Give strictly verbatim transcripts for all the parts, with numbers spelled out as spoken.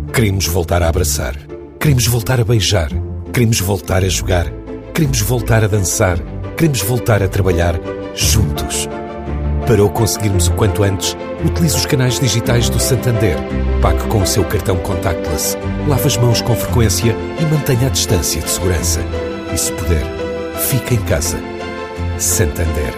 Queremos voltar a abraçar. Queremos voltar a beijar. Queremos voltar a jogar. Queremos voltar a dançar. Queremos voltar a trabalhar juntos. Para o conseguirmos o quanto antes, utilize os canais digitais do Santander. Pague com o seu cartão contactless. Lave as mãos com frequência e mantenha a distância de segurança. E se puder, fique em casa. Santander.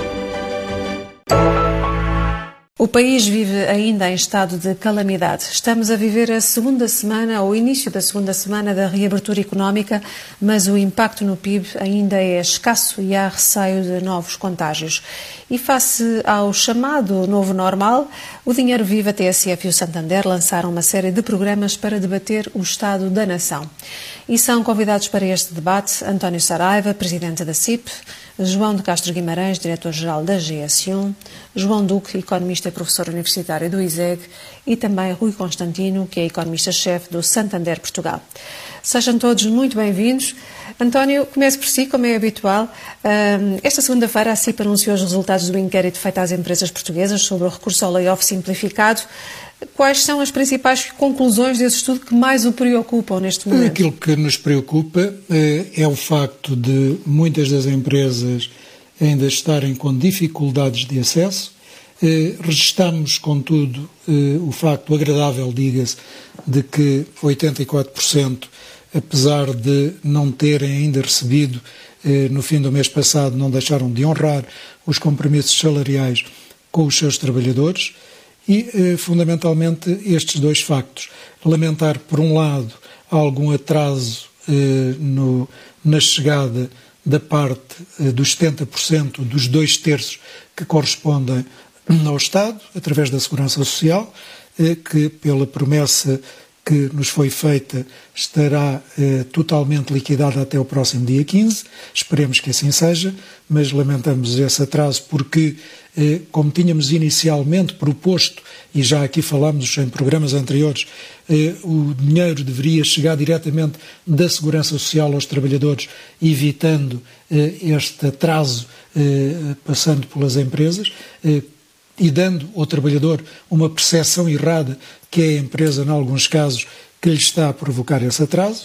O país vive ainda em estado de calamidade. Estamos a viver a segunda semana, ou o início da segunda semana da reabertura económica, mas o impacto no P I B ainda é escasso e há receio de novos contágios. E face ao chamado novo normal, o Dinheiro Vivo, a T S F e o Santander lançaram uma série de programas para debater o estado da nação. E são convidados para este debate António Saraiva, presidente da C I P, João de Castro Guimarães, diretor-geral da G S um, João Duque, economista e professor universitário do I S E G, e também Rui Constantino, que é economista-chefe do Santander Portugal. Sejam todos muito bem-vindos. António, comece por si, como é habitual. Esta segunda-feira a C I P anunciou os resultados do inquérito feito às empresas portuguesas sobre o recurso ao layoff simplificado. Quais são as principais conclusões desse estudo que mais o preocupam neste momento? Aquilo que nos preocupa é o facto de muitas das empresas ainda estarem com dificuldades de acesso. Registamos, contudo, o facto agradável, diga-se, de que oitenta e quatro por cento, apesar de não terem ainda recebido, no fim do mês passado, não deixaram de honrar os compromissos salariais com os seus trabalhadores. E, fundamentalmente, estes dois factos. Lamentar, por um lado, algum atraso eh, no, na chegada da parte eh, dos setenta por cento dos dois terços que correspondem ao Estado, através da Segurança Social, eh, que, pela promessa que nos foi feita, estará eh, totalmente liquidada até o próximo dia quinze. Esperemos que assim seja, mas lamentamos esse atraso porque, eh, como tínhamos inicialmente proposto, e já aqui falámos em programas anteriores, eh, o dinheiro deveria chegar diretamente da Segurança Social aos trabalhadores, evitando eh, este atraso eh, passando pelas empresas, eh, e dando ao trabalhador uma percepção errada que é a empresa, em alguns casos, que lhe está a provocar esse atraso,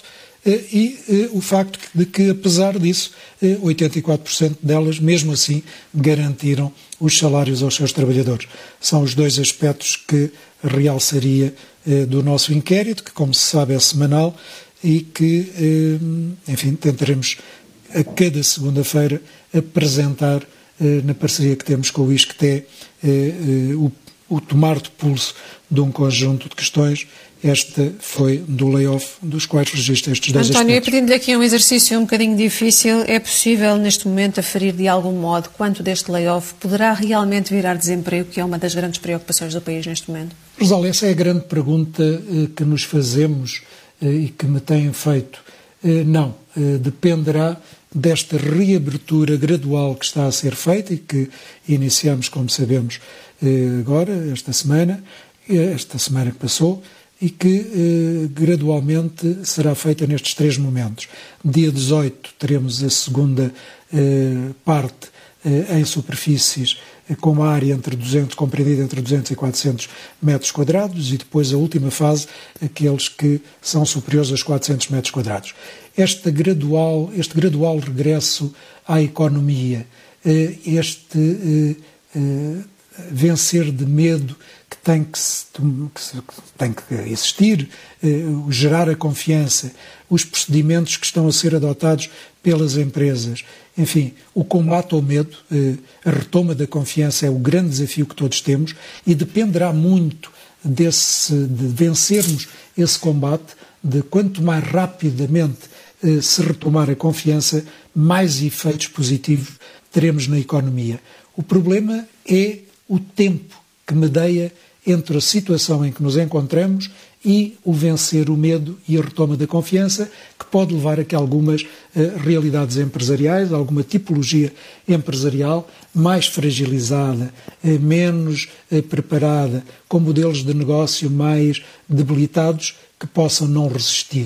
e o facto de que, apesar disso, oitenta e quatro por cento delas, mesmo assim, garantiram os salários aos seus trabalhadores. São os dois aspectos que realçaria do nosso inquérito, que, como se sabe, é semanal e que, enfim, tentaremos a cada segunda-feira apresentar, na parceria que temos com o I S C T E, o, o tomar de pulso de um conjunto de questões. Esta foi do layoff, dos quais registra estes dois António, aspectos. pedindo-lhe aqui um exercício um bocadinho difícil, é possível neste momento aferir de algum modo quanto deste layoff poderá realmente virar desemprego, que é uma das grandes preocupações do país neste momento? Rosália, essa é a grande pergunta eh, que nos fazemos eh, e que me têm feito. Eh, não, eh, dependerá desta reabertura gradual que está a ser feita e que iniciamos, como sabemos, eh, agora, esta semana, esta semana que passou, e que eh, gradualmente será feita nestes três momentos. Dia dezoito teremos a segunda eh, parte eh, em superfícies eh, com uma área entre duzentos, compreendida entre duzentos e quatrocentos metros quadrados, e depois a última fase, aqueles que são superiores aos quatrocentos metros quadrados. Este gradual, este gradual regresso à economia, eh, este eh, eh, vencer de medo que tem que, se, que, se, que tem que existir, eh, gerar a confiança, os procedimentos que estão a ser adotados pelas empresas, enfim, o combate ao medo, eh, a retoma da confiança é o grande desafio que todos temos e dependerá muito desse, de vencermos esse combate, de quanto mais rapidamente eh, se retomar a confiança, mais efeitos positivos teremos na economia. O problema é o tempo que medeia entre a situação em que nos encontramos e o vencer o medo e a retoma da confiança, que pode levar a que algumas uh, realidades empresariais, alguma tipologia empresarial mais fragilizada, uh, menos uh, preparada, com modelos de negócio mais debilitados, que possam não resistir.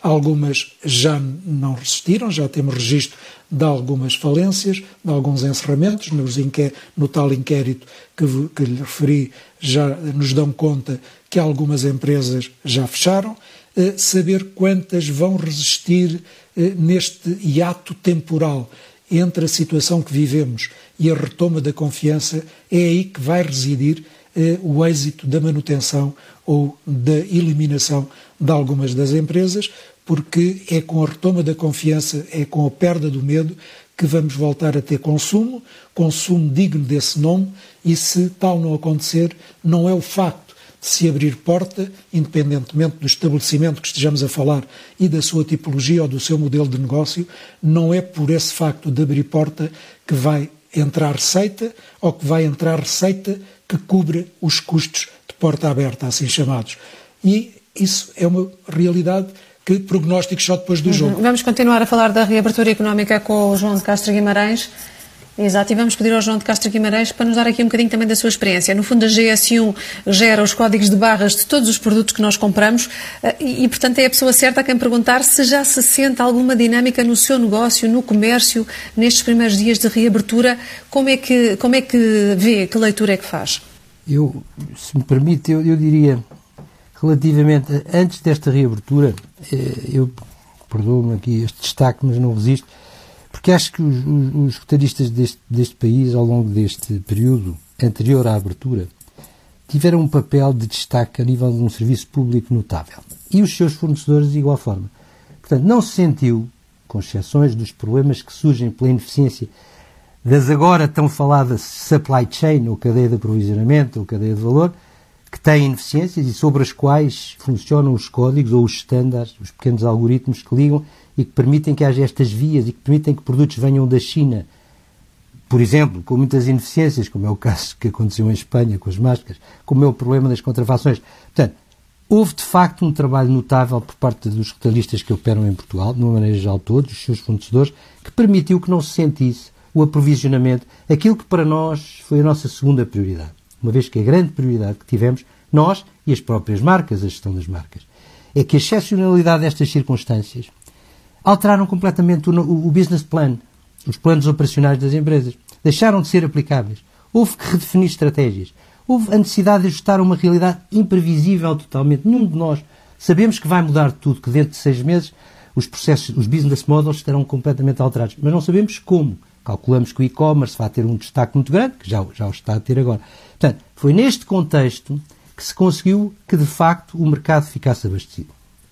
Algumas já não resistiram, já temos registro de algumas falências, de alguns encerramentos. Nos inqué- no tal inquérito que, que lhe referi, já nos dão conta que algumas empresas já fecharam. Eh, saber quantas vão resistir eh, neste hiato temporal entre a situação que vivemos e a retoma da confiança, é aí que vai residir eh, o êxito da manutenção ou da eliminação de algumas das empresas, porque é com a retoma da confiança, é com a perda do medo que vamos voltar a ter consumo, consumo digno desse nome, e se tal não acontecer, não é o facto de se abrir porta, independentemente do estabelecimento que estejamos a falar e da sua tipologia ou do seu modelo de negócio, não é por esse facto de abrir porta que vai entrar receita ou que vai entrar receita que cubra os custos de porta aberta, assim chamados. E isso é uma realidade que prognósticos só depois do uhum. jogo. Vamos continuar a falar da reabertura económica com o João de Castro Guimarães. Exato, e vamos pedir ao João de Castro Guimarães para nos dar aqui um bocadinho também da sua experiência. No fundo, a G S um gera os códigos de barras de todos os produtos que nós compramos e, e, portanto, é a pessoa certa a quem perguntar se já se sente alguma dinâmica no seu negócio, no comércio, nestes primeiros dias de reabertura. Como é que, como é que vê, que leitura é que faz? Eu, se me permite, eu, eu diria, relativamente, a, antes desta reabertura, eu, perdoa-me aqui este destaque, mas não resisto, porque acho que os, os, os retalhistas deste, deste país, ao longo deste período anterior à abertura, tiveram um papel de destaque a nível de um serviço público notável. E os seus fornecedores de igual forma. Portanto, não se sentiu, com exceções dos problemas que surgem pela ineficiência das agora tão faladas supply chain, ou cadeia de aprovisionamento, ou cadeia de valor, que têm ineficiências e sobre as quais funcionam os códigos ou os standards, os pequenos algoritmos que ligam e que permitem que haja estas vias e que permitem que produtos venham da China, por exemplo, com muitas ineficiências, como é o caso que aconteceu em Espanha com as máscaras, como é o problema das contrafações. Portanto, houve de facto um trabalho notável por parte dos retalhistas que operam em Portugal, de uma maneira geral todos, os seus fornecedores, que permitiu que não se sentisse o aprovisionamento, aquilo que para nós foi a nossa segunda prioridade. Uma vez que a grande prioridade que tivemos, nós e as próprias marcas, a gestão das marcas, é que a excepcionalidade destas circunstâncias alteraram completamente o, o business plan, os planos operacionais das empresas. Deixaram de ser aplicáveis. Houve que redefinir estratégias. Houve a necessidade de ajustar uma realidade imprevisível totalmente. Nenhum de nós sabemos que vai mudar tudo, que dentro de seis meses os processos, os business models estarão completamente alterados. Mas não sabemos como. Calculamos que o e-commerce vai ter um destaque muito grande, que já, já o está a ter agora. Portanto, foi neste contexto que se conseguiu que, de facto, o mercado ficasse abastecido.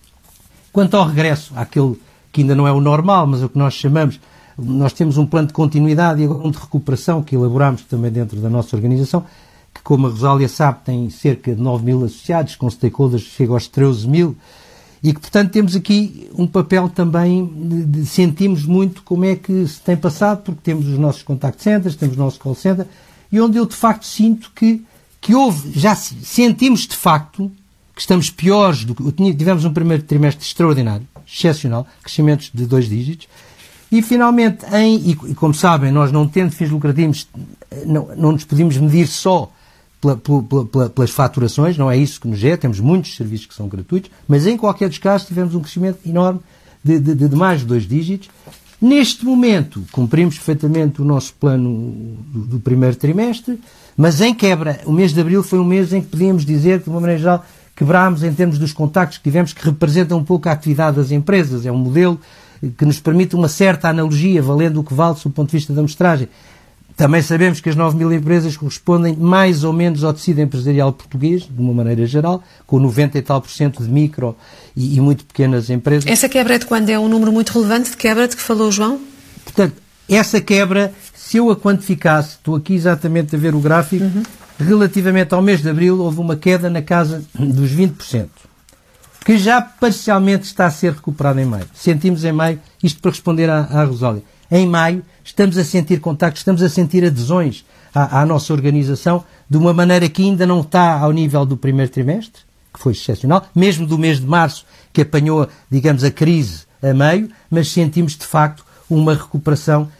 Quanto ao regresso àquele que ainda não é o normal, mas é o que nós chamamos, nós temos um plano de continuidade e agora um de recuperação que elaboramos também dentro da nossa organização, que, como a Rosália sabe, tem cerca de nove mil associados, com stakeholders que chegam aos treze mil, e que, portanto, temos aqui um papel também de, de sentimos muito como é que se tem passado, porque temos os nossos contact centers, temos o nosso call center, e onde eu, de facto, sinto que, que houve, já sentimos, de facto, que estamos piores do que... Tivemos um primeiro trimestre extraordinário, excepcional, crescimentos de dois dígitos, e, finalmente, em, e, e como sabem, nós não tendo fins lucrativos, não, não nos podemos medir só Pela, pela, pela, pelas faturações, não é isso que nos é, temos muitos serviços que são gratuitos, mas em qualquer dos casos tivemos um crescimento enorme de, de, de mais de dois dígitos. Neste momento, cumprimos perfeitamente o nosso plano do, do primeiro trimestre, mas em quebra, o mês de abril foi um mês em que podíamos dizer que, de uma maneira geral, quebrámos em termos dos contactos que tivemos, que representam um pouco a atividade das empresas. É um modelo que nos permite uma certa analogia, valendo o que vale do ponto de vista da amostragem. Também sabemos que as nove mil empresas correspondem mais ou menos ao tecido empresarial português, de uma maneira geral, com noventa e tal por cento de micro e, e muito pequenas empresas. Essa quebra é de quando? É um número muito relevante de quebra de que falou o João? Portanto, essa quebra, se eu a quantificasse, estou aqui exatamente a ver o gráfico, uhum. relativamente ao mês de abril houve uma queda na casa dos vinte por cento, que já parcialmente está a ser recuperada em maio. Sentimos em maio, isto para responder à, à Rosália, em maio estamos a sentir contactos, estamos a sentir adesões à, à nossa organização de uma maneira que ainda não está ao nível do primeiro trimestre, que foi excepcional, mesmo do mês de março, que apanhou, digamos, a crise a meio, mas sentimos, de facto, uma recuperação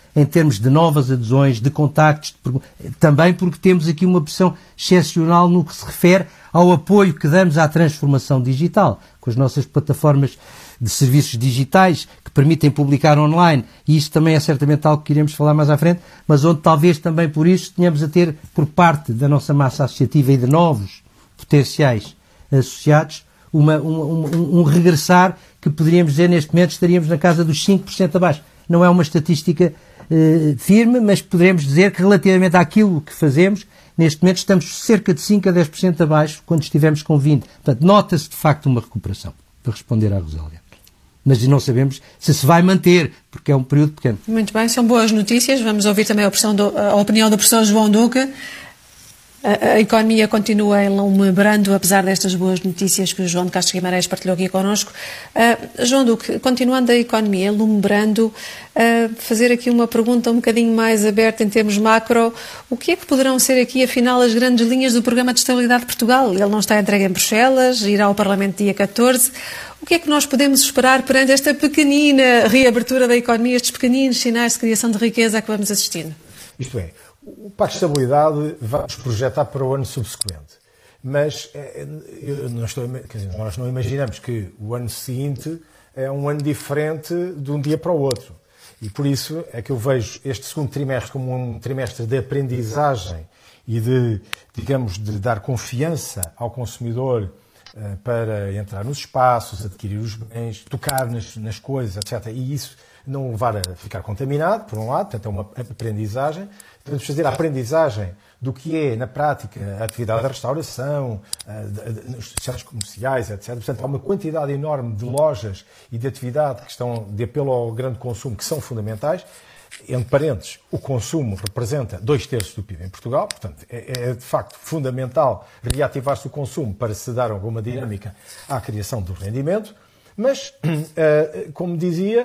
em termos de novas adesões, de contactos, de, também porque temos aqui uma pressão excepcional no que se refere ao apoio que damos à transformação digital, com as nossas plataformas de serviços digitais que permitem publicar online, e isso também é certamente algo que iremos falar mais à frente, mas onde talvez também por isso tenhamos a ter, por parte da nossa massa associativa e de novos potenciais associados, uma, um, um, um regressar que poderíamos dizer neste momento estaríamos na casa dos cinco por cento abaixo. Não é uma estatística eh, firme, mas poderemos dizer que relativamente àquilo que fazemos, neste momento estamos cerca de cinco a dez por cento abaixo quando estivemos com vinte. Portanto, nota-se de facto uma recuperação, para responder à Rosália. Mas não sabemos se se vai manter, porque é um período pequeno. Muito bem, são boas notícias. Vamos ouvir também a, do, a opinião do professor João Duque. A, a economia continua enlumebrando, apesar destas boas notícias que o João de Castro Guimarães partilhou aqui connosco. Uh, João Duque, continuando a economia enlumebrando, uh, fazer aqui uma pergunta um bocadinho mais aberta em termos macro. O que é que poderão ser aqui, afinal, as grandes linhas do Programa de Estabilidade de Portugal? Ele não está entregue em Bruxelas, irá ao Parlamento dia catorze. O que é que nós podemos esperar perante esta pequenina reabertura da economia, estes pequeninos sinais de criação de riqueza a que vamos assistindo? Isto é, o Pacto de Estabilidade vai-nos projetar para o ano subsequente, mas eu não estou, quer dizer, nós não imaginamos que o ano seguinte é um ano diferente de um dia para o outro. E por isso é que eu vejo este segundo trimestre como um trimestre de aprendizagem e de, digamos, de dar confiança ao consumidor para entrar nos espaços, adquirir os bens, tocar nas, nas coisas, etcétera. E isso não levar a ficar contaminado, por um lado, portanto é uma aprendizagem. Podemos fazer a aprendizagem do que é, na prática, a atividade da restauração, nos centros comerciais, etcétera. Portanto, há uma quantidade enorme de lojas e de atividade que estão de apelo ao grande consumo que são fundamentais. Entre parênteses, o consumo representa dois terços do P I B em Portugal, portanto, é, é de facto fundamental reativar-se o consumo para se dar alguma dinâmica à criação do rendimento, mas, como dizia,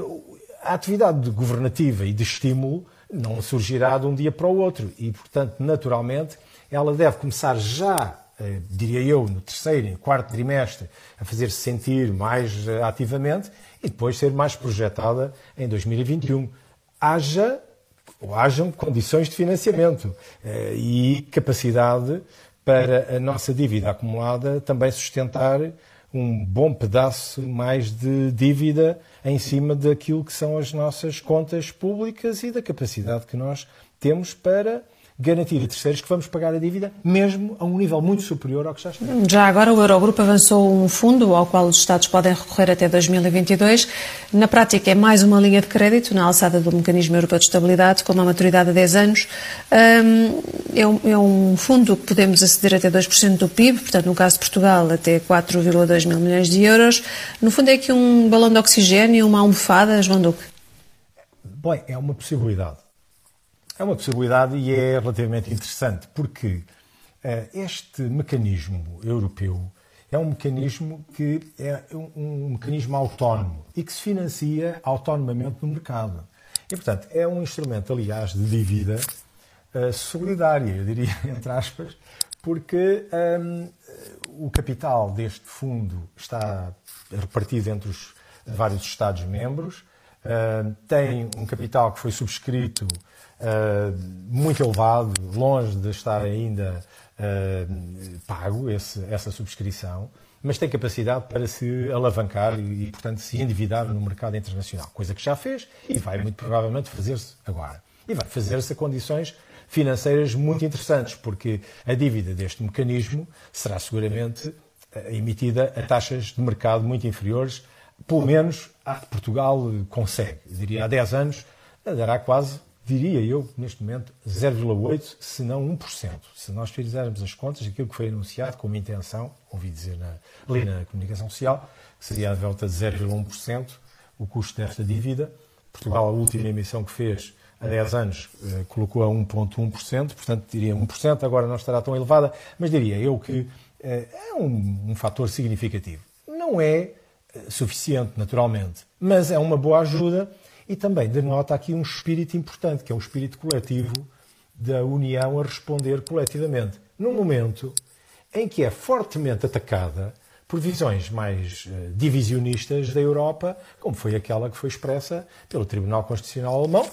a atividade governativa e de estímulo não surgirá de um dia para o outro e, portanto, naturalmente, ela deve começar já, diria eu, no terceiro e quarto trimestre, a fazer-se sentir mais ativamente e depois ser mais projetada em dois mil e vinte e um. Haja, ou hajam condições de financiamento eh, e capacidade para a nossa dívida acumulada também sustentar um bom pedaço mais de dívida em cima daquilo que são as nossas contas públicas e da capacidade que nós temos para garantir a terceiros que vamos pagar a dívida, mesmo a um nível muito superior ao que já está. Já agora o Eurogrupo avançou um fundo ao qual os Estados podem recorrer até dois mil e vinte e dois. Na prática é mais uma linha de crédito na alçada do Mecanismo Europeu de Estabilidade, com uma maturidade a dez anos. É um, é um fundo que podemos aceder até dois por cento do P I B, portanto no caso de Portugal até quatro vírgula dois mil milhões de euros. No fundo é aqui um balão de oxigênio, uma almofada, João Duque? Bem, é uma possibilidade. É uma possibilidade e é relativamente interessante, porque uh, este mecanismo europeu é um mecanismo que é um, um mecanismo autónomo e que se financia autonomamente no mercado. E, portanto, é um instrumento, aliás, de dívida uh, solidária, eu diria, entre aspas, porque um, o capital deste fundo está repartido entre os vários Estados-membros, uh, tem um capital que foi subscrito Uh, muito elevado, longe de estar ainda uh, pago esse, essa subscrição, mas tem capacidade para se alavancar e, e, portanto, se endividar no mercado internacional, coisa que já fez e vai muito provavelmente fazer-se agora. E vai fazer-se a condições financeiras muito interessantes, porque a dívida deste mecanismo será seguramente uh, emitida a taxas de mercado muito inferiores, pelo menos a que Portugal consegue. Eu diria, há dez anos dará quase, diria eu, neste momento, zero vírgula oito por cento, se não um por cento. Se nós fizermos as contas, aquilo que foi anunciado como intenção, ouvi dizer na, ali na comunicação social, que seria a volta de zero vírgula um por cento o custo desta dívida. Portugal, a última emissão que fez há dez anos, eh, colocou a um vírgula um por cento, portanto, diria um por cento, agora não estará tão elevada, mas diria eu que eh, é um, um fator significativo. Não é eh, suficiente, naturalmente, mas é uma boa ajuda. E também denota aqui um espírito importante, que é um espírito coletivo da União a responder coletivamente, num momento em que é fortemente atacada por visões mais uh, divisionistas da Europa, como foi aquela que foi expressa pelo Tribunal Constitucional Alemão,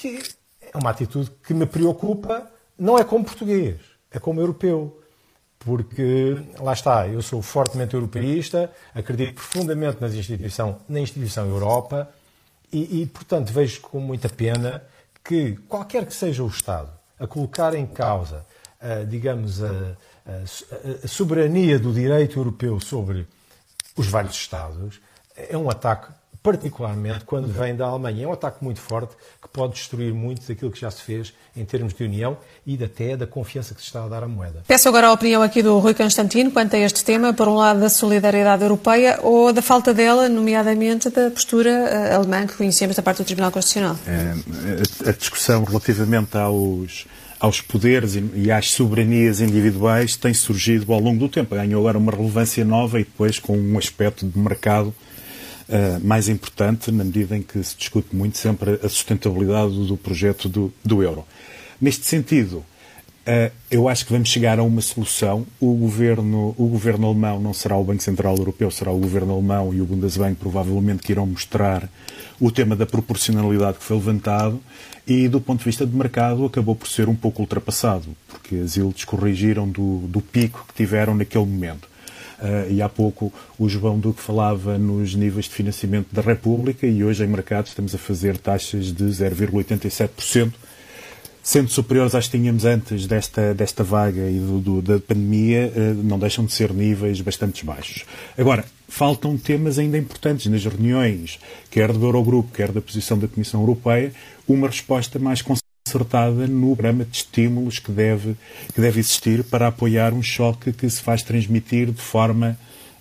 que é uma atitude que me preocupa, não é como português, é como europeu. Porque, lá está, eu sou fortemente europeísta, acredito profundamente nas instituição, na instituição Europa e, e, portanto, vejo com muita pena que, qualquer que seja o Estado, a colocar em causa, a, digamos, a, a, a soberania do direito europeu sobre os vários Estados, é um ataque, particularmente quando vem da Alemanha. É um ataque muito forte que pode destruir muito daquilo que já se fez em termos de união e até da confiança que se está a dar à moeda. Peço agora a opinião aqui do Rui Constantino quanto a este tema, por um lado da solidariedade europeia ou da falta dela, nomeadamente da postura uh, alemã que conhecemos da parte do Tribunal Constitucional. É, a discussão relativamente aos, aos poderes e, e às soberanias individuais tem surgido ao longo do tempo. Ganhou agora uma relevância nova e depois com um aspecto de mercado Uh, mais importante, na medida em que se discute muito sempre a sustentabilidade do projeto do, do euro. Neste sentido, uh, eu acho que vamos chegar a uma solução. O governo, o governo alemão não será o Banco Central Europeu, será o governo alemão e o Bundesbank provavelmente que irão mostrar o tema da proporcionalidade que foi levantado e, do ponto de vista de mercado, acabou por ser um pouco ultrapassado, porque as yields corrigiram do, do pico que tiveram naquele momento. Uh, e há pouco o João Duque falava nos níveis de financiamento da República e hoje em mercado estamos a fazer taxas de zero vírgula oitenta e sete por cento, sendo superiores às que tínhamos antes desta, desta vaga e do, do, da pandemia, uh, não deixam de ser níveis bastante baixos. Agora, faltam temas ainda importantes nas reuniões, quer do Eurogrupo, quer da posição da Comissão Europeia, uma resposta mais concertada acertada no programa de estímulos que deve, que deve existir para apoiar um choque que se faz transmitir de forma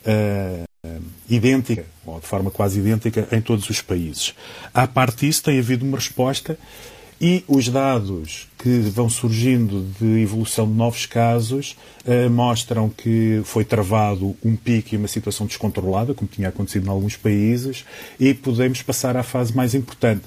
uh, idêntica, ou de forma quase idêntica, em todos os países. À parte disso, tem havido uma resposta e os dados que vão surgindo de evolução de novos casos uh, mostram que foi travado um pico e uma situação descontrolada, como tinha acontecido em alguns países, e podemos passar à fase mais importante.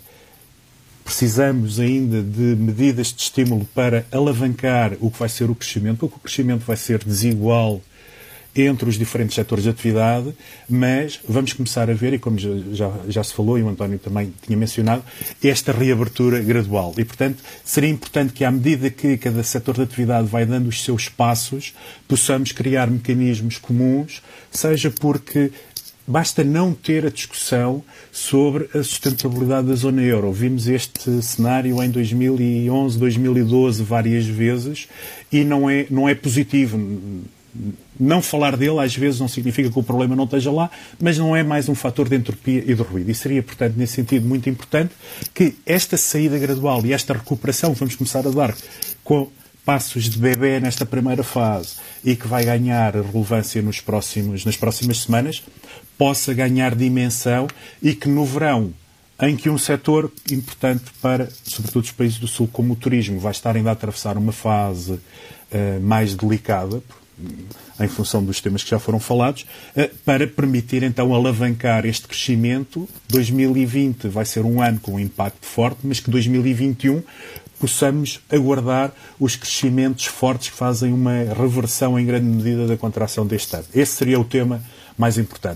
Precisamos ainda de medidas de estímulo para alavancar o que vai ser o crescimento, porque o crescimento vai ser desigual entre os diferentes setores de atividade, mas vamos começar a ver, e como já, já, já se falou, e o António também tinha mencionado, esta reabertura gradual. E, portanto, seria importante que, à medida que cada setor de atividade vai dando os seus passos, possamos criar mecanismos comuns, seja porque basta não ter a discussão sobre a sustentabilidade da zona euro. Vimos este cenário em dois mil e onze, dois mil e doze várias vezes e não é, não é positivo. Não falar dele às vezes não significa que o problema não esteja lá, mas não é mais um fator de entropia e de ruído. E seria, portanto, nesse sentido muito importante que esta saída gradual e esta recuperação que vamos começar a dar com passos de bebê nesta primeira fase e que vai ganhar relevância nos próximos, nas próximas semanas, possa ganhar dimensão e que no verão, em que um setor importante para, sobretudo os países do Sul, como o turismo, vai estar ainda a atravessar uma fase uh, mais delicada, em função dos temas que já foram falados, uh, para permitir então alavancar este crescimento. dois mil e vinte vai ser um ano com um impacto forte, mas que dois mil e vinte e um possamos aguardar os crescimentos fortes que fazem uma reversão em grande medida da contração deste ano. Esse seria o tema mais importante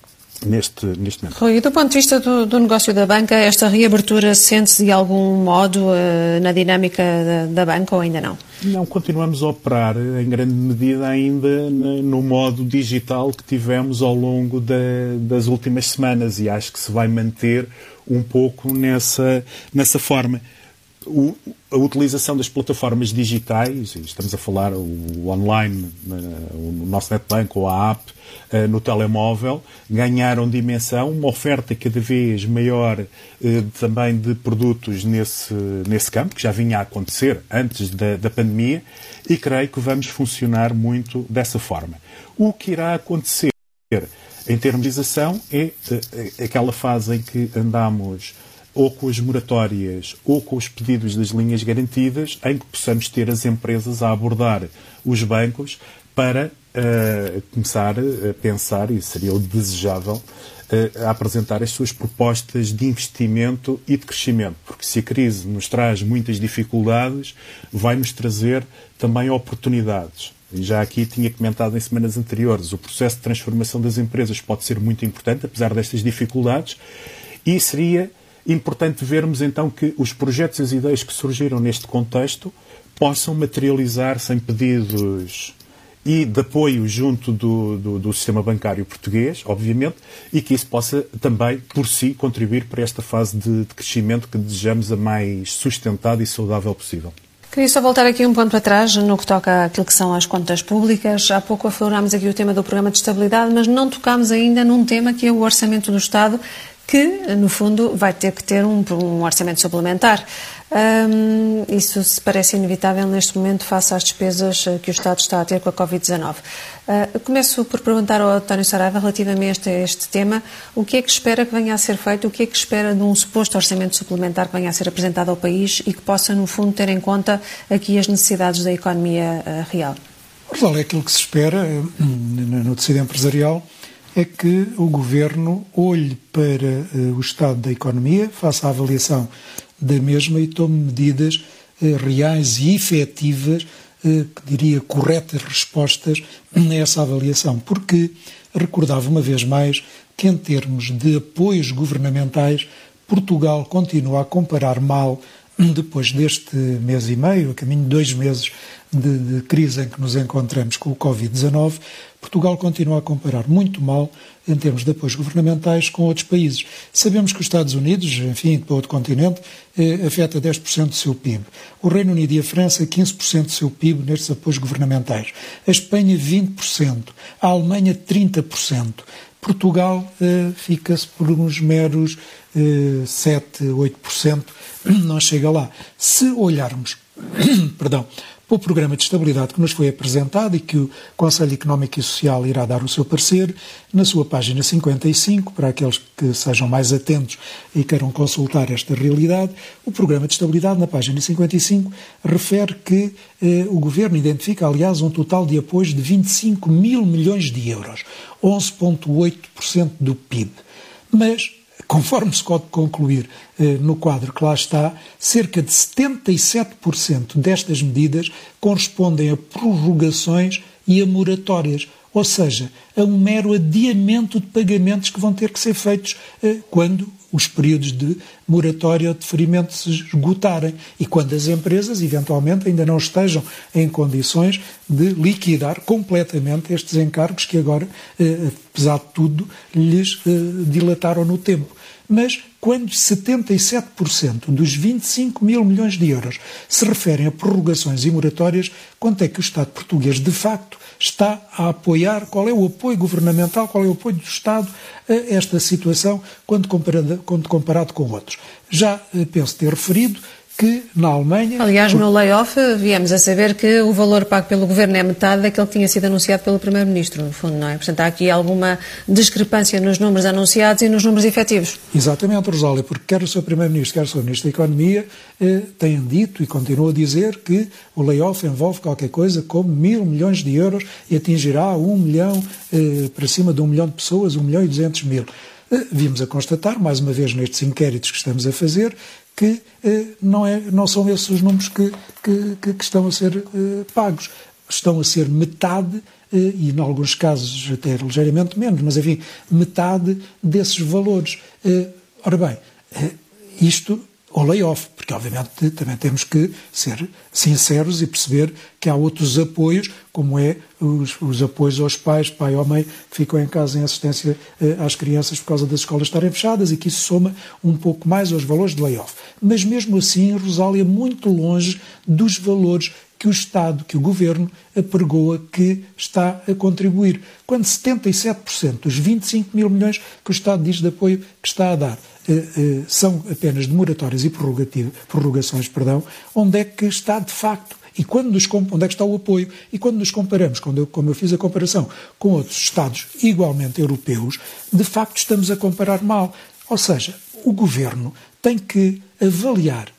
neste, neste momento. Rui, do ponto de vista do, do negócio da banca, esta reabertura sente-se de algum modo uh, na dinâmica da, da banca ou ainda não? Não, continuamos a operar em grande medida ainda no modo digital que tivemos ao longo da, das últimas semanas e acho que se vai manter um pouco nessa, nessa forma. O, a utilização das plataformas digitais, estamos a falar o online, o nosso NetBank ou a app no telemóvel, ganharam dimensão, uma oferta cada vez maior também de produtos nesse, nesse campo, que já vinha a acontecer antes da, da pandemia, e creio que vamos funcionar muito dessa forma. O que irá acontecer em termos de utilização é aquela fase em que andamos ou com as moratórias ou com os pedidos das linhas garantidas, em que possamos ter as empresas a abordar os bancos para uh, começar a pensar, e seria o desejável, uh, a apresentar as suas propostas de investimento e de crescimento. Porque se a crise nos traz muitas dificuldades, vai-nos trazer também oportunidades. E já aqui tinha comentado em semanas anteriores, o processo de transformação das empresas pode ser muito importante, apesar destas dificuldades, e seria importante vermos então que os projetos e as ideias que surgiram neste contexto possam materializar-se em pedidos e de apoio junto do, do, do sistema bancário português, obviamente, e que isso possa também, por si, contribuir para esta fase de, de crescimento que desejamos a mais sustentada e saudável possível. Queria só voltar aqui um ponto para trás no que toca àquilo que são as contas públicas. Há pouco aflorámos aqui o tema do Programa de Estabilidade, mas não tocámos ainda num tema que é o Orçamento do Estado, que, no fundo, vai ter que ter um, um orçamento suplementar. Um, isso se parece inevitável neste momento face às despesas que o Estado está a ter com a covid dezanove. Uh, começo por perguntar ao António Saraiva, relativamente a este tema, o que é que espera que venha a ser feito, o que é que espera de um suposto orçamento suplementar que venha a ser apresentado ao país e que possa, no fundo, ter em conta aqui as necessidades da economia uh, real? Olha, aquilo que se espera no tecido empresarial é que o Governo olhe para uh, o estado da economia, faça a avaliação da mesma e tome medidas uh, reais e efetivas, uh, que diria corretas respostas nessa avaliação. Porque recordava uma vez mais que em termos de apoios governamentais, Portugal continua a comparar mal, depois deste mês e meio, a caminho de dois meses de, de crise em que nos encontramos com o covid dezanove, Portugal continua a comparar muito mal em termos de apoios governamentais com outros países. Sabemos que os Estados Unidos, enfim, para outro continente, eh, afeta dez por cento do seu P I B. O Reino Unido e a França, quinze por cento do seu P I B nestes apoios governamentais. A Espanha, vinte por cento. A Alemanha, trinta por cento. Portugal eh, fica-se por uns meros eh, sete, oito por cento, não chega lá. Se olharmos, perdão, para o Programa de Estabilidade que nos foi apresentado e que o Conselho Económico e Social irá dar o seu parecer, na sua página cinquenta e cinco, para aqueles que sejam mais atentos e queiram consultar esta realidade, o Programa de Estabilidade, na página cinquenta e cinco, refere que eh, o Governo identifica, aliás, um total de apoios de vinte e cinco mil milhões de euros, onze vírgula oito por cento do P I B. Mas, conforme se pode concluir eh, no quadro que lá está, cerca de setenta e sete por cento destas medidas correspondem a prorrogações e a moratórias, ou seja, a um mero adiamento de pagamentos que vão ter que ser feitos eh, quando os períodos de moratória ou deferimento se esgotarem e quando as empresas, eventualmente, ainda não estejam em condições de liquidar completamente estes encargos que agora, eh, apesar de tudo, lhes eh, dilataram no tempo. Mas quando setenta e sete por cento dos vinte e cinco mil milhões de euros se referem a prorrogações e moratórias, quanto é que o Estado português, de facto, está a apoiar, qual é o apoio governamental, qual é o apoio do Estado a esta situação quando comparado, quando comparado com outros? Já penso ter referido que na Alemanha... Aliás, no layoff viemos a saber que o valor pago pelo Governo é metade daquele que tinha sido anunciado pelo Primeiro-Ministro, no fundo, não é? Portanto, há aqui alguma discrepância nos números anunciados e nos números efetivos. Exatamente, Rosália, porque quer o seu Primeiro-Ministro, quer o seu Ministro da Economia eh, têm dito e continuam a dizer que o layoff envolve qualquer coisa como mil milhões de euros e atingirá um milhão, eh, para cima de um milhão de pessoas, um milhão e duzentos mil. Eh, vimos a constatar, mais uma vez nestes inquéritos que estamos a fazer, que eh, não, é, não são esses os números que, que, que estão a ser eh, pagos. Estão a ser metade, eh, e em alguns casos até ligeiramente menos, mas enfim, metade desses valores. Eh, ora bem, eh, isto ao layoff, porque obviamente também temos que ser sinceros e perceber que há outros apoios, como é os, os apoios aos pais, pai ou mãe, que ficam em casa em assistência eh, às crianças por causa das escolas estarem fechadas e que isso soma um pouco mais aos valores de layoff. Mas mesmo assim, Rosália, muito longe dos valores que o Estado, que o Governo apregoa que está a contribuir. Quando setenta e sete por cento dos vinte e cinco mil milhões que o Estado diz de apoio que está a dar eh, eh, são apenas de moratórias e prorrogações, perdão, onde é que está de facto e quando nos, onde é que está o apoio? E quando nos comparamos, quando eu, como eu fiz a comparação com outros Estados igualmente europeus, de facto estamos a comparar mal. Ou seja, o Governo tem que avaliar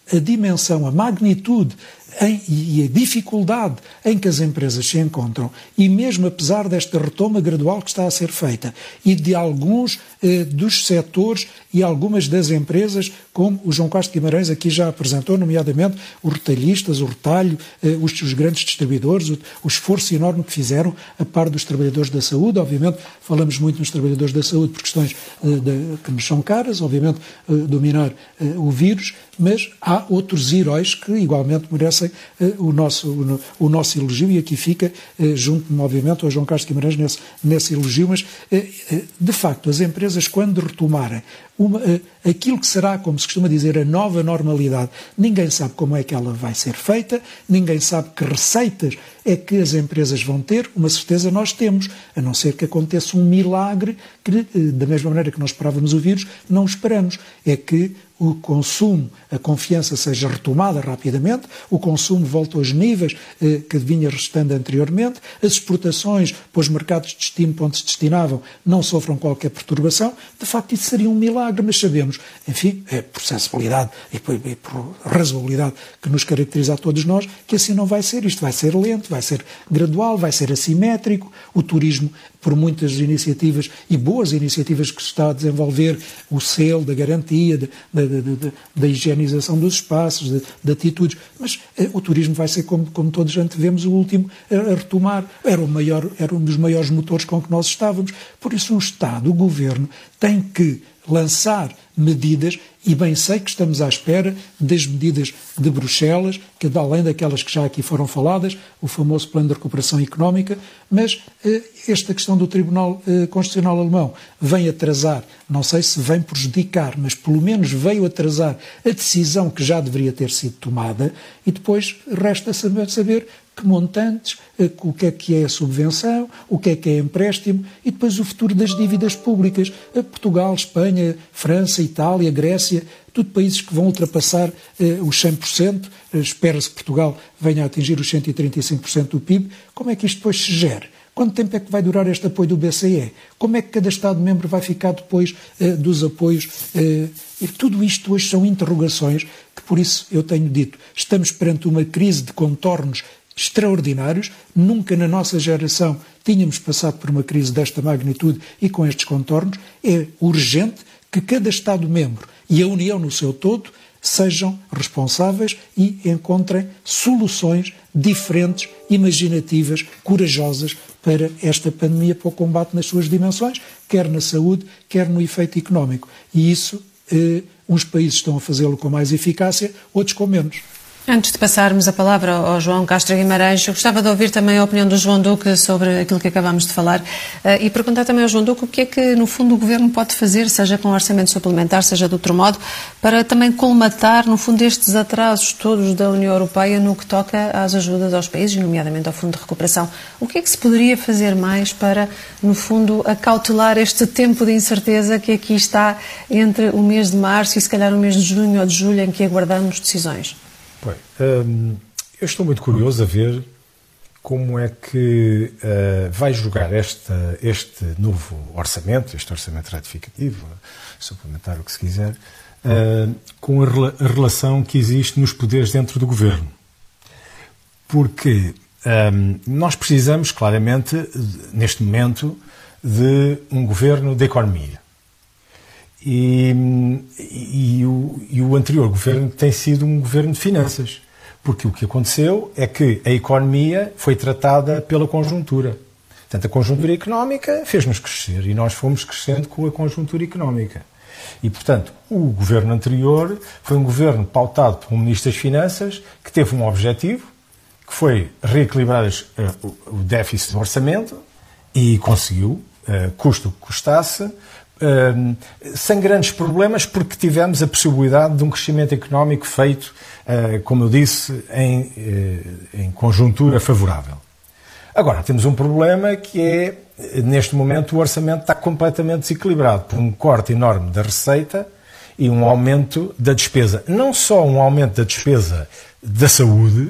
a dimensão, a magnitude em, e a dificuldade em que as empresas se encontram, e mesmo apesar desta retoma gradual que está a ser feita, e de alguns eh, dos setores e algumas das empresas, como o João Castro Guimarães aqui já apresentou, nomeadamente os retalhistas, o retalho, eh, os, os grandes distribuidores, o, o esforço enorme que fizeram a par dos trabalhadores da saúde. Obviamente falamos muito nos trabalhadores da saúde por questões eh, de, que nos são caras, obviamente eh, dominar eh, o vírus, mas há outros heróis que igualmente merecem eh, o, nosso, o, o nosso elogio, e aqui fica, eh, junto-me obviamente ao João Castro Guimarães nesse, nesse elogio, mas eh, eh, de facto as empresas, quando retomarem uma, eh, aquilo que será, como se costuma dizer, a nova normalidade, ninguém sabe como é que ela vai ser feita, ninguém sabe que receitas é que as empresas vão ter. Uma certeza nós temos, a não ser que aconteça um milagre que, eh, da mesma maneira que nós esperávamos o vírus, não esperamos, é que o consumo, a confiança seja retomada rapidamente, o consumo volte aos níveis eh, que vinha restando anteriormente, as exportações para os mercados de destino para onde se destinavam não sofram qualquer perturbação. De facto, isso seria um milagre, mas sabemos, enfim, é por sensibilidade e por, e por razoabilidade que nos caracteriza a todos nós, que assim não vai ser. Isto vai ser lento, vai ser gradual, vai ser assimétrico. O turismo, por muitas iniciativas e boas iniciativas que se está a desenvolver, o selo da garantia, de, de, de, de, da higienização dos espaços, de, de atitudes, mas eh, o turismo vai ser, como, como todos antevemos, o último a, a retomar. Era, o maior, era um dos maiores motores com que nós estávamos. Por isso o Estado, o Governo, tem que lançar medidas, e bem sei que estamos à espera das medidas de Bruxelas, que além daquelas que já aqui foram faladas, o famoso Plano de Recuperação Económica, mas eh, esta questão do Tribunal eh, Constitucional Alemão vem atrasar, não sei se vem prejudicar, mas pelo menos veio atrasar a decisão que já deveria ter sido tomada, e depois resta saber, saber que montantes, o que é que é a subvenção, o que é que é empréstimo, e depois o futuro das dívidas públicas. Portugal, Espanha, França, Itália, Grécia, tudo países que vão ultrapassar eh, os cem por cento, espera-se que Portugal venha a atingir os cento e trinta e cinco por cento do P I B. Como é que isto depois se gera? Quanto tempo é que vai durar este apoio do B C E? Como é que cada Estado-membro vai ficar depois eh, dos apoios? Eh, e tudo isto hoje são interrogações que, por isso, eu tenho dito, estamos perante uma crise de contornos extraordinários. Nunca na nossa geração tínhamos passado por uma crise desta magnitude e com estes contornos. É urgente que cada Estado-membro e a União no seu todo sejam responsáveis e encontrem soluções diferentes, imaginativas, corajosas para esta pandemia, para o combate nas suas dimensões, quer na saúde, quer no efeito económico. E isso, eh, uns países estão a fazê-lo com mais eficácia, outros com menos. Antes de passarmos a palavra ao João Castro Guimarães, eu gostava de ouvir também a opinião do João Duque sobre aquilo que acabámos de falar e perguntar também ao João Duque o que é que, no fundo, o Governo pode fazer, seja com orçamento suplementar, seja de outro modo, para também colmatar, no fundo, estes atrasos todos da União Europeia no que toca às ajudas aos países, nomeadamente ao Fundo de Recuperação. O que é que se poderia fazer mais para, no fundo, acautelar este tempo de incerteza que aqui está entre o mês de março e, se calhar, o mês de junho ou de julho, em que aguardamos decisões? Bem, hum, eu estou muito curioso a ver como é que uh, vai jogar esta, este novo orçamento, este orçamento ratificativo, suplementar, o que se quiser, uh, com a, rela- a relação que existe nos poderes dentro do Governo. Porque um, nós precisamos, claramente, neste momento, de um Governo da economia. E, e, e, o, e o anterior governo tem sido um governo de finanças, porque o que aconteceu é que a economia foi tratada pela conjuntura. Portanto, a conjuntura económica fez-nos crescer e nós fomos crescendo com a conjuntura económica. E, portanto, o governo anterior foi um governo pautado por um ministro das Finanças que teve um objetivo, que foi reequilibrar as, uh, o déficit do orçamento, e conseguiu, uh, custe o que custasse, Uh, sem grandes problemas, porque tivemos a possibilidade de um crescimento económico feito, uh, como eu disse, em, uh, em conjuntura favorável. Agora, temos um problema que é, neste momento, o orçamento está completamente desequilibrado por um corte enorme da receita e um aumento da despesa. Não só um aumento da despesa da saúde,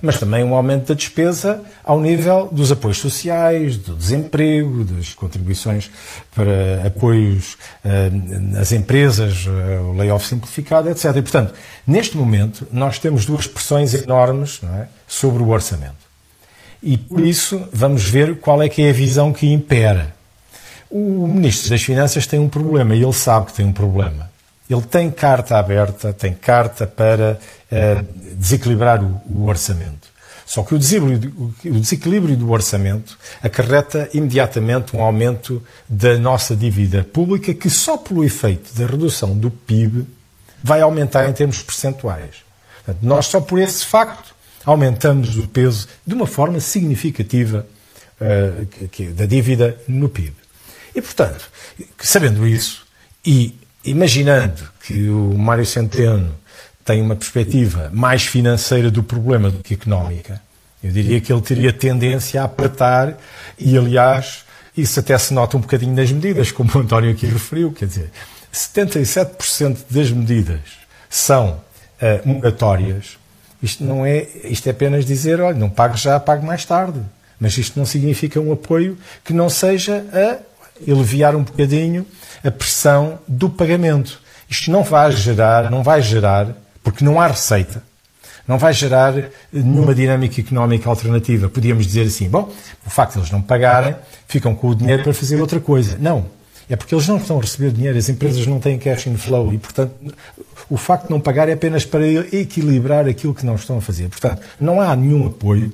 mas também um aumento da despesa ao nível dos apoios sociais, do desemprego, das contribuições para apoios uh, às empresas, uh, o layoff simplificado, etcétera. E, portanto, neste momento, nós temos duas pressões enormes, não é, sobre o orçamento. E, por isso, vamos ver qual é que é a visão que impera. O Ministro das Finanças tem um problema, e ele sabe que tem um problema. Ele tem carta aberta, tem carta para uh, desequilibrar o, o orçamento. Só que o desequilíbrio, o desequilíbrio do orçamento acarreta imediatamente um aumento da nossa dívida pública, que só pelo efeito da redução do P I B vai aumentar em termos percentuais. Portanto, nós só por esse facto aumentamos o peso de uma forma significativa uh, que, que, da dívida no P I B. E, portanto, sabendo isso e imaginando que o Mário Centeno tem uma perspectiva mais financeira do problema do que económica, eu diria que ele teria tendência a apertar e, aliás, isso até se nota um bocadinho nas medidas, como o António aqui referiu, quer dizer, setenta e sete por cento das medidas são uh, moratórias. Isto não é, isto é apenas dizer, olha, não pague já, pague mais tarde. Mas isto não significa um apoio que não seja a aliviar um bocadinho a pressão do pagamento. Isto não vai gerar, não vai gerar, porque não há receita, não vai gerar nenhuma dinâmica económica alternativa. Podíamos dizer assim, bom, o facto de eles não pagarem, ficam com o dinheiro para fazer outra coisa. Não. É porque eles não estão a receber dinheiro, as empresas não têm cash inflow e, portanto, o facto de não pagar é apenas para equilibrar aquilo que não estão a fazer. Portanto, não há nenhum apoio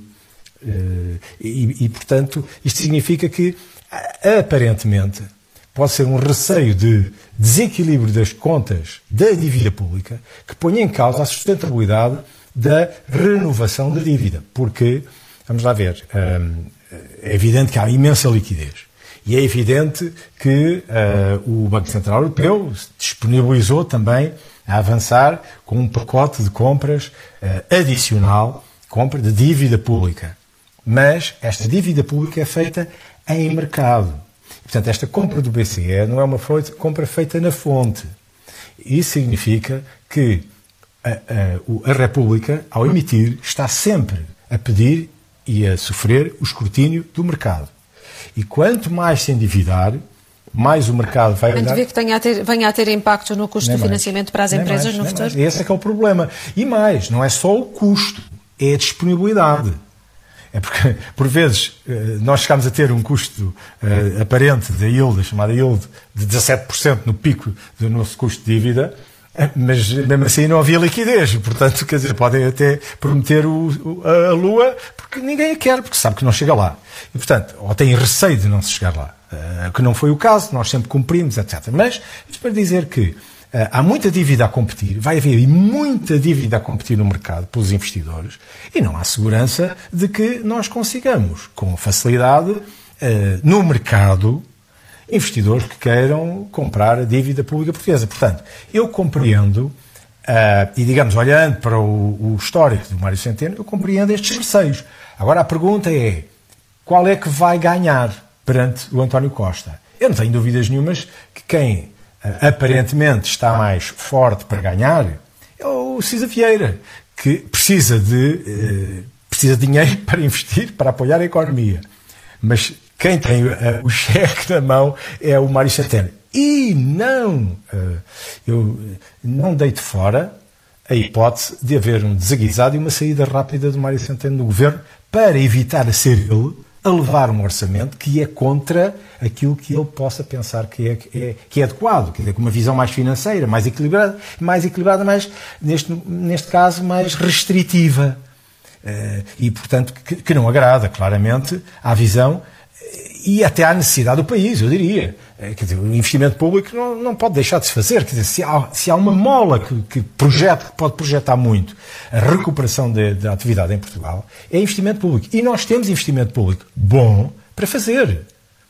e, e portanto, isto significa que, aparentemente, pode ser um receio de desequilíbrio das contas da dívida pública que põe em causa a sustentabilidade da renovação da dívida. Porque, vamos lá ver, é evidente que há imensa liquidez. E é evidente que uh, o Banco Central Europeu disponibilizou também a avançar com um pacote de compras uh, adicional, compra de dívida pública. Mas esta dívida pública é feita em mercado. Portanto, esta compra do B C E não é uma compra feita na fonte. Isso significa que a, a, a República, ao emitir, está sempre a pedir e a sofrer o escrutínio do mercado. E quanto mais se endividar, mais o mercado vai... Portanto, vê que tenha a ter, venha a ter impacto no custo do financiamento para as empresas mais, no futuro? Mais. Esse é que é o problema. E mais, não é só o custo, é a disponibilidade. É porque, por vezes, nós chegamos a ter um custo uh, aparente da yield, chamada yield, de dezassete por cento no pico do nosso custo de dívida, mas mesmo assim não havia liquidez. Portanto, quer dizer, podem até prometer o, a lua, porque ninguém a quer, porque sabe que não chega lá. E, portanto, ou têm receio de não se chegar lá, uh, que não foi o caso, nós sempre cumprimos, etcétera. Mas, isto para dizer que Uh, há muita dívida a competir, vai haver muita dívida a competir no mercado pelos investidores e não há segurança de que nós consigamos, com facilidade, uh, no mercado, investidores que queiram comprar a dívida pública portuguesa. Portanto, eu compreendo, uh, e digamos, olhando para o, o histórico do Mário Centeno, eu compreendo estes receios. Agora a pergunta é, qual é que vai ganhar perante o António Costa? Eu não tenho dúvidas nenhumas que quem aparentemente está mais forte para ganhar é o Cisa Vieira, que precisa de, eh, precisa de dinheiro para investir, para apoiar a economia. Mas quem tem uh, o cheque na mão é o Mário Centeno. E não, uh, eu não deito fora a hipótese de haver um desaguisado e uma saída rápida do Mário Centeno do governo para evitar a ser ele a levar um orçamento que é contra aquilo que ele possa pensar que é, que é, que é adequado, quer dizer, com uma visão mais financeira, mais equilibrada, mais equilibrada, mais, neste, neste caso, mais restritiva. Uh, e, portanto, que, que não agrada, claramente, à visão e até à necessidade do país, eu diria. Uh, quer dizer, o investimento público não, não pode deixar de se fazer. Quer dizer, se há, se há uma mola que, que, projeta, que pode projetar muito a recuperação da atividade em Portugal, é investimento público. E nós temos investimento público bom para fazer.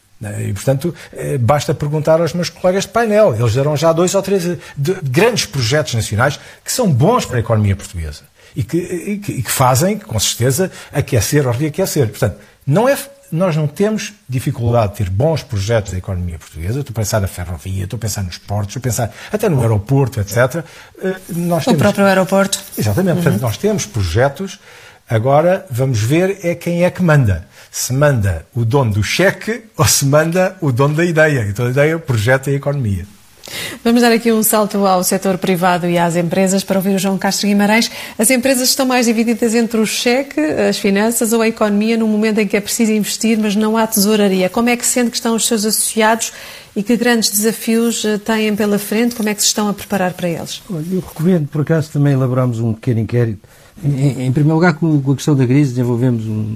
E, portanto, basta perguntar aos meus colegas de painel. Eles deram já dois ou três de, de grandes projetos nacionais que são bons para a economia portuguesa e que, e que, e que fazem, com certeza, aquecer ou reaquecer. Portanto, não é, nós não temos dificuldade de ter bons projetos da economia portuguesa. Estou a pensar na ferrovia, estou a pensar nos portos, estou a pensar até no aeroporto, etcétera. Nós o temos, próprio aeroporto. Exatamente. Uhum. Portanto, nós temos projetos Agora vamos ver é quem é que manda. Se manda o dono do cheque ou se manda o dono da ideia. Então a ideia projeta a economia. Vamos dar aqui um salto ao setor privado e às empresas para ouvir o João Castro Guimarães. As empresas estão mais divididas entre o cheque, as finanças ou a economia no momento em que é preciso investir, mas não há tesouraria. Como é que sente que estão os seus associados e que grandes desafios têm pela frente? Como é que se estão a preparar para eles? Eu recomendo, por acaso, também elaboramos um pequeno inquérito. Em, em primeiro lugar, com a questão da crise, desenvolvemos um,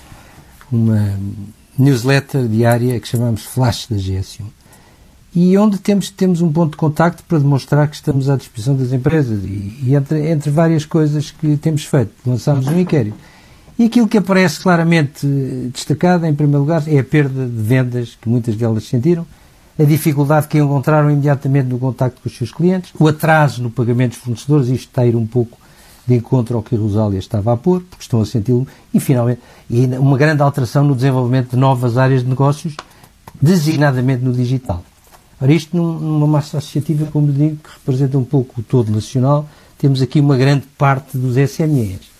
uma newsletter diária que chamamos Flash da G S um. E onde temos, temos um ponto de contacto para demonstrar que estamos à disposição das empresas. E, e entre, entre várias coisas que temos feito, lançámos um inquérito. E aquilo que aparece claramente destacado, em primeiro lugar, é a perda de vendas que muitas delas sentiram, a dificuldade que encontraram imediatamente no contacto com os seus clientes, o atraso no pagamento dos fornecedores, isto está a ir um pouco de encontro ao que a Rosália estava a pôr, porque estão a senti-lo, e finalmente, e uma grande alteração no desenvolvimento de novas áreas de negócios, designadamente no digital. Ora, isto numa massa associativa, como lhe digo, que representa um pouco o todo nacional, temos aqui uma grande parte dos S M Es.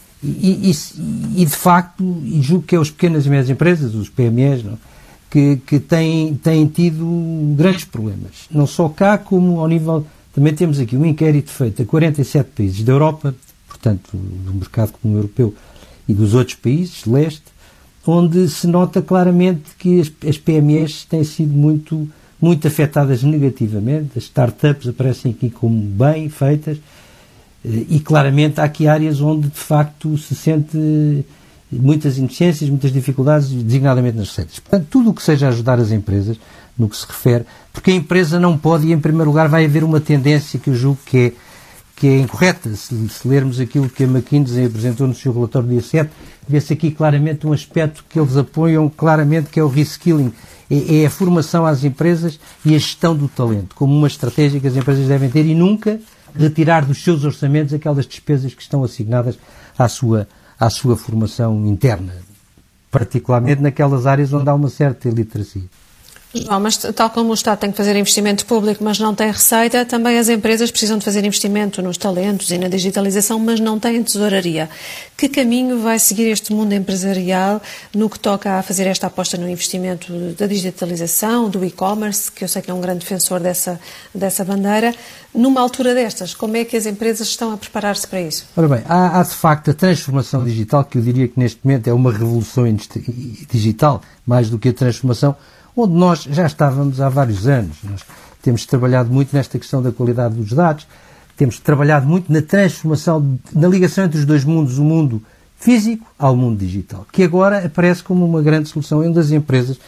E, e, e de facto, e julgo que é as pequenas e médias empresas, os P M Es, não, que, que têm, têm tido grandes problemas. Não só cá, como ao nível... Também temos aqui um inquérito feito a quarenta e sete países da Europa, portanto, do mercado comum europeu e dos outros países, leste, onde se nota claramente que as, as P M Es têm sido muito... muito afetadas negativamente, as startups aparecem aqui como bem feitas e claramente há aqui áreas onde de facto se sente muitas ineficiências, muitas dificuldades, designadamente nas receitas. Portanto, tudo o que seja ajudar as empresas, no que se refere, porque a empresa não pode, e em primeiro lugar vai haver uma tendência que eu julgo que é, que é incorreta. Se, se lermos aquilo que a McKinsey apresentou no seu relatório dia sete, vê-se aqui claramente um aspecto que eles apoiam claramente, que é o reskilling. É a formação às empresas e a gestão do talento, como uma estratégia que as empresas devem ter e nunca retirar dos seus orçamentos aquelas despesas que estão assignadas à sua, à sua formação interna, particularmente naquelas áreas onde há uma certa iliteracia. João, mas tal como o Estado tem que fazer investimento público, mas não tem receita, também as empresas precisam de fazer investimento nos talentos e na digitalização, mas não têm tesouraria. Que caminho vai seguir este mundo empresarial no que toca a fazer esta aposta no investimento da digitalização, do e-commerce, que eu sei que é um grande defensor dessa, dessa bandeira, numa altura destas? Como é que as empresas estão a preparar-se para isso? Ora bem, há, há de facto a transformação digital, que eu diria que neste momento é uma revolução digital, mais do que a transformação, onde nós já estávamos há vários anos. Nós temos trabalhado muito nesta questão da qualidade dos dados, temos trabalhado muito na transformação, na ligação entre os dois mundos, o mundo físico ao mundo digital, que agora aparece como uma grande solução em das empresas,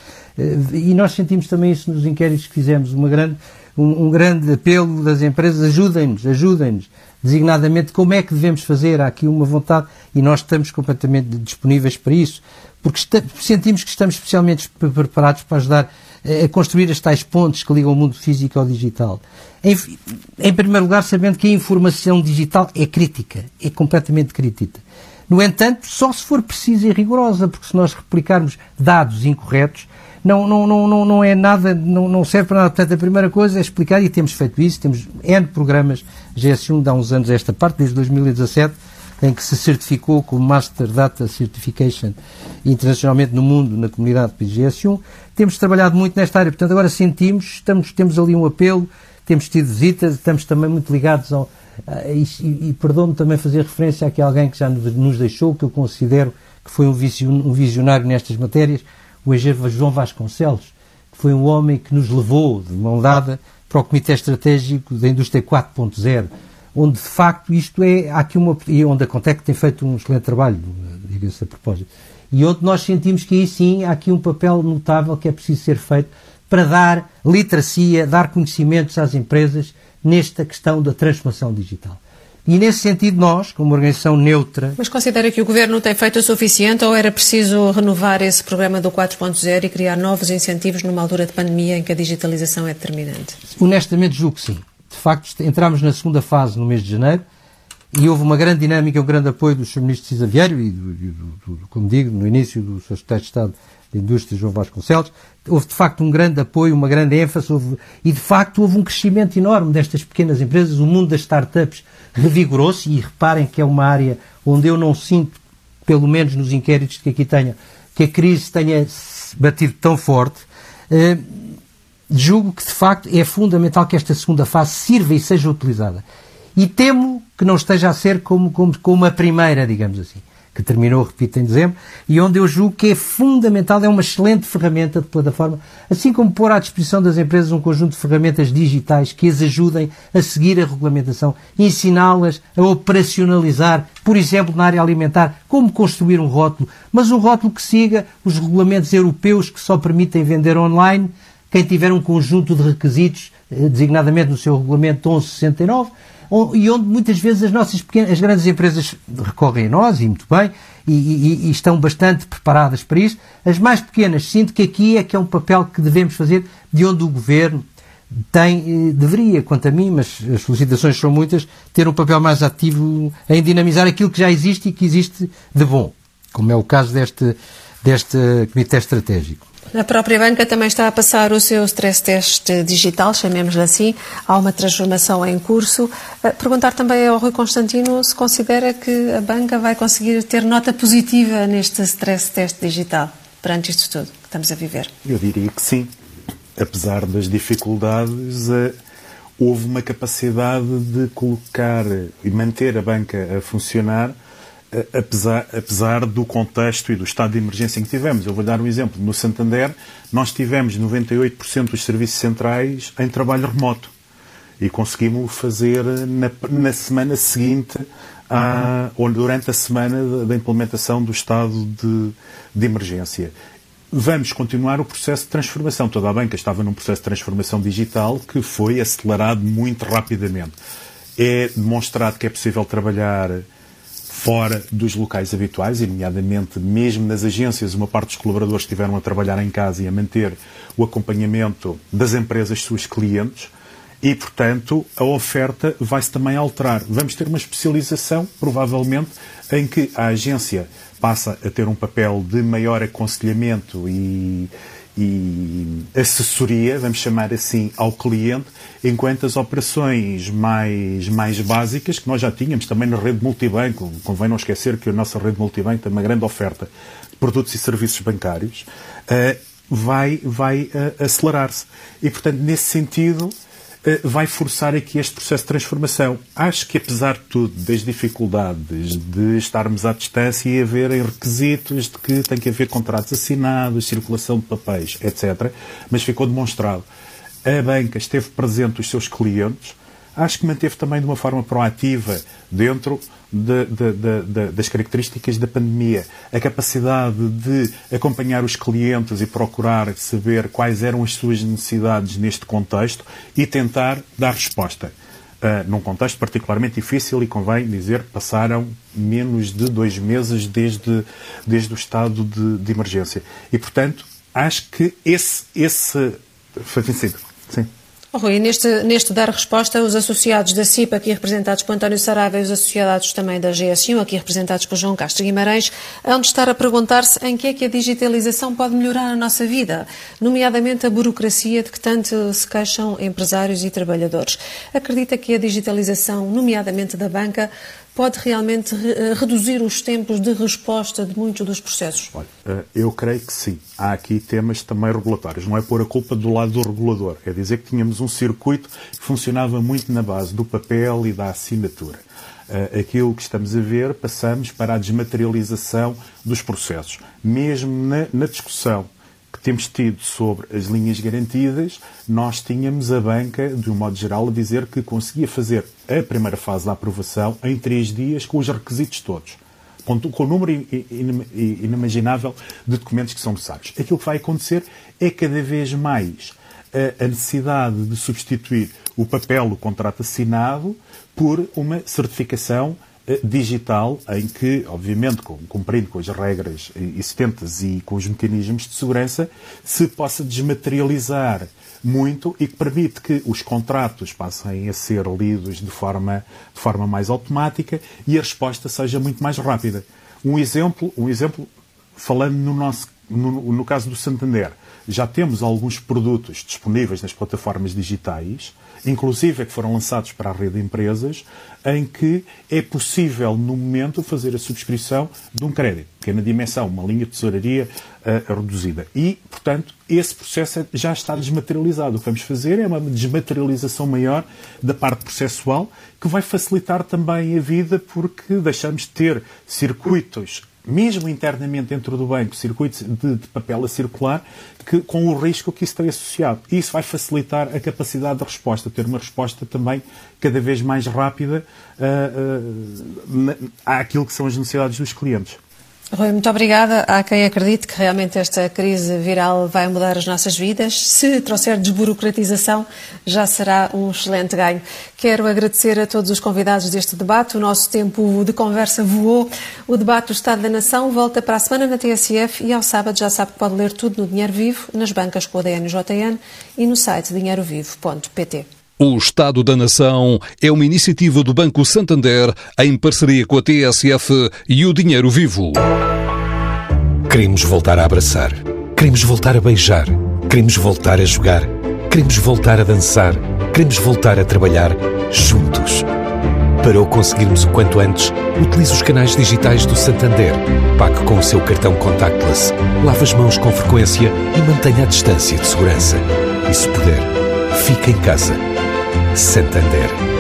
e nós sentimos também isso nos inquéritos que fizemos, uma grande, um, um grande apelo das empresas, ajudem-nos, ajudem-nos, designadamente como é que devemos fazer, há aqui uma vontade, e nós estamos completamente disponíveis para isso, porque está, sentimos que estamos especialmente preparados para ajudar a construir as tais pontes que ligam o mundo físico ao digital. Em, em primeiro lugar, sabendo que a informação digital é crítica, é completamente crítica. No entanto, só se for precisa e rigorosa, porque se nós replicarmos dados incorretos, não, não, não, não, não é nada, não, não serve para nada. Portanto, a primeira coisa é explicar, e temos feito isso, temos N programas G S um, de há uns anos esta parte, desde dois mil e dezassete, em que se certificou como Master Data Certification internacionalmente no mundo, na comunidade de G S um. Temos trabalhado muito nesta área, portanto agora sentimos, estamos, temos ali um apelo, temos tido visitas, estamos também muito ligados ao... Uh, e, e, e perdão-me também fazer referência a que alguém que já nos, nos deixou, que eu considero que foi um, vision, um visionário nestas matérias, o engenheiro João Vasconcelos, que foi um homem que nos levou de mão dada para o Comitê Estratégico da Indústria quatro ponto zero, onde de facto isto é, há aqui uma, e onde a Contec tem feito um excelente trabalho, diga-se a propósito, e onde nós sentimos que aí sim há aqui um papel notável que é preciso ser feito para dar literacia, dar conhecimentos às empresas nesta questão da transformação digital. E nesse sentido nós, como organização neutra... Mas considera que o Governo tem feito o suficiente ou era preciso renovar esse programa do quatro ponto zero e criar novos incentivos numa altura de pandemia em que a digitalização é determinante? Honestamente julgo que sim. De facto, entramos na segunda fase no mês de janeiro e houve uma grande dinâmica, um grande apoio do senhor Ministro Cisa Vieiro e, do, do, do, como digo, no início do senhor Secretário de Estado da Indústria, João Vasconcelos. Houve, de facto, um grande apoio, uma grande ênfase houve, e, de facto, houve um crescimento enorme destas pequenas empresas. O mundo das startups revigorou-se e reparem que é uma área onde eu não sinto pelo menos nos inquéritos que aqui tenho, que a crise tenha batido tão forte. Uh, julgo que, de facto, é fundamental que esta segunda fase sirva e seja utilizada. E temo que não esteja a ser como, como, como a primeira, digamos assim, que terminou, repito, em dezembro, e onde eu julgo que é fundamental, é uma excelente ferramenta de plataforma, assim como pôr à disposição das empresas um conjunto de ferramentas digitais que as ajudem a seguir a regulamentação, ensiná-las a operacionalizar, por exemplo, na área alimentar, como construir um rótulo, mas um rótulo que siga os regulamentos europeus que só permitem vender online, quem tiver um conjunto de requisitos, designadamente no seu regulamento onze sessenta e nove, e onde muitas vezes as nossas pequenas, as grandes empresas recorrem a nós, e muito bem, e, e, e estão bastante preparadas para isso. As mais pequenas, sinto que aqui é que é um papel que devemos fazer, de onde o Governo tem, deveria, quanto a mim, mas as solicitações são muitas, ter um papel mais ativo em dinamizar aquilo que já existe e que existe de bom, como é o caso deste, deste Comitê Estratégico. A própria banca também está a passar o seu stress test digital, chamemos-lhe assim. Há uma transformação em curso. Perguntar também ao Rui Constantino se considera que a banca vai conseguir ter nota positiva neste stress test digital, perante isto tudo que estamos a viver. Eu diria que sim. Apesar das dificuldades, houve uma capacidade de colocar e manter a banca a funcionar, Apesar, apesar do contexto e do estado de emergência em que tivemos. Eu vou dar um exemplo. No Santander, nós tivemos noventa e oito por cento dos serviços centrais em trabalho remoto e conseguimos fazer na, na semana seguinte à, ou durante a semana da implementação do estado de, de emergência. Vamos continuar o processo de transformação. Toda a banca estava num processo de transformação digital que foi acelerado muito rapidamente. É demonstrado que é possível trabalhar fora dos locais habituais, e nomeadamente mesmo nas agências, uma parte dos colaboradores estiveram a trabalhar em casa e a manter o acompanhamento das empresas suas clientes e, portanto, a oferta vai-se também alterar. Vamos ter uma especialização, provavelmente, em que a agência passa a ter um papel de maior aconselhamento e, e assessoria, vamos chamar assim, ao cliente, enquanto as operações mais, mais básicas, que nós já tínhamos também na rede multibanco, convém não esquecer que a nossa rede multibanco tem uma grande oferta de produtos e serviços bancários, uh, vai, vai uh, acelerar-se. E, portanto, nesse sentido, uh, vai forçar aqui este processo de transformação. Acho que, apesar de tudo, das dificuldades de estarmos à distância e haverem requisitos de que tem que haver contratos assinados, circulação de papéis, etcétera, mas ficou demonstrado. A banca esteve presente os seus clientes, acho que manteve também de uma forma proativa, dentro de, de, de, de, das características da pandemia, a capacidade de acompanhar os clientes e procurar saber quais eram as suas necessidades neste contexto e tentar dar resposta. Uh, num contexto particularmente difícil, e convém dizer, passaram menos de dois meses desde, desde o estado de, de emergência. E, portanto, acho que esse... esse foi vencido. Sim. Oh, Rui, neste, neste dar resposta, os associados da C I P, aqui representados por António Saraiva, e os associados também da G S um, aqui representados por João Castro Guimarães, hão de estar a perguntar-se em que é que a digitalização pode melhorar a nossa vida, nomeadamente a burocracia de que tanto se queixam empresários e trabalhadores. Acredita que a digitalização, nomeadamente da banca, pode realmente re- reduzir os tempos de resposta de muitos dos processos? Olha, eu creio que sim. Há aqui temas também regulatórios. Não é pôr a culpa do lado do regulador. É dizer que tínhamos um circuito que funcionava muito na base do papel e da assinatura. Aquilo que estamos a ver, passamos para a desmaterialização dos processos. Mesmo na, na discussão que temos tido sobre as linhas garantidas, nós tínhamos a banca, de um modo geral, a dizer que conseguia fazer a primeira fase da aprovação em três dias com os requisitos todos, com, com o número inimaginável de documentos que são necessários. Aquilo que vai acontecer é cada vez mais a, a necessidade de substituir o papel, o contrato assinado, por uma certificação digital, em que, obviamente, cumprindo com as regras existentes e com os mecanismos de segurança, se possa desmaterializar muito e que permite que os contratos passem a ser lidos de forma, de forma mais automática e a resposta seja muito mais rápida. Um exemplo, um exemplo falando no, nosso, no, no caso do Santander, já temos alguns produtos disponíveis nas plataformas digitais, inclusive que foram lançados para a rede de empresas, em que é possível, no momento, fazer a subscrição de um crédito, pequena dimensão, uma linha de tesouraria uh, reduzida. E, portanto, esse processo já está desmaterializado. O que vamos fazer é uma desmaterialização maior da parte processual, que vai facilitar também a vida, porque deixamos de ter circuitos, mesmo internamente dentro do banco, circuitos de, de papel a circular, que, com o risco que isso tem associado. E isso vai facilitar a capacidade de resposta, ter uma resposta também cada vez mais rápida uh, uh, àquilo que são as necessidades dos clientes. Rui, muito obrigada. Há quem acredite que realmente esta crise viral vai mudar as nossas vidas. Se trouxer desburocratização, já será um excelente ganho. Quero agradecer a todos os convidados deste debate. O nosso tempo de conversa voou. O debate do Estado da Nação volta para a semana na T S F e ao sábado já sabe que pode ler tudo no Dinheiro Vivo, nas bancas com o D N J N e no site dinheiro vivo ponto pt. O Estado da Nação é uma iniciativa do Banco Santander em parceria com a T S F e o Dinheiro Vivo. Queremos voltar a abraçar. Queremos voltar a beijar. Queremos voltar a jogar. Queremos voltar a dançar. Queremos voltar a trabalhar juntos. Para o conseguirmos o quanto antes, utilize os canais digitais do Santander. Pague com o seu cartão contactless. Lave as mãos com frequência e mantenha a distância de segurança. E se puder, fique em casa. Santander.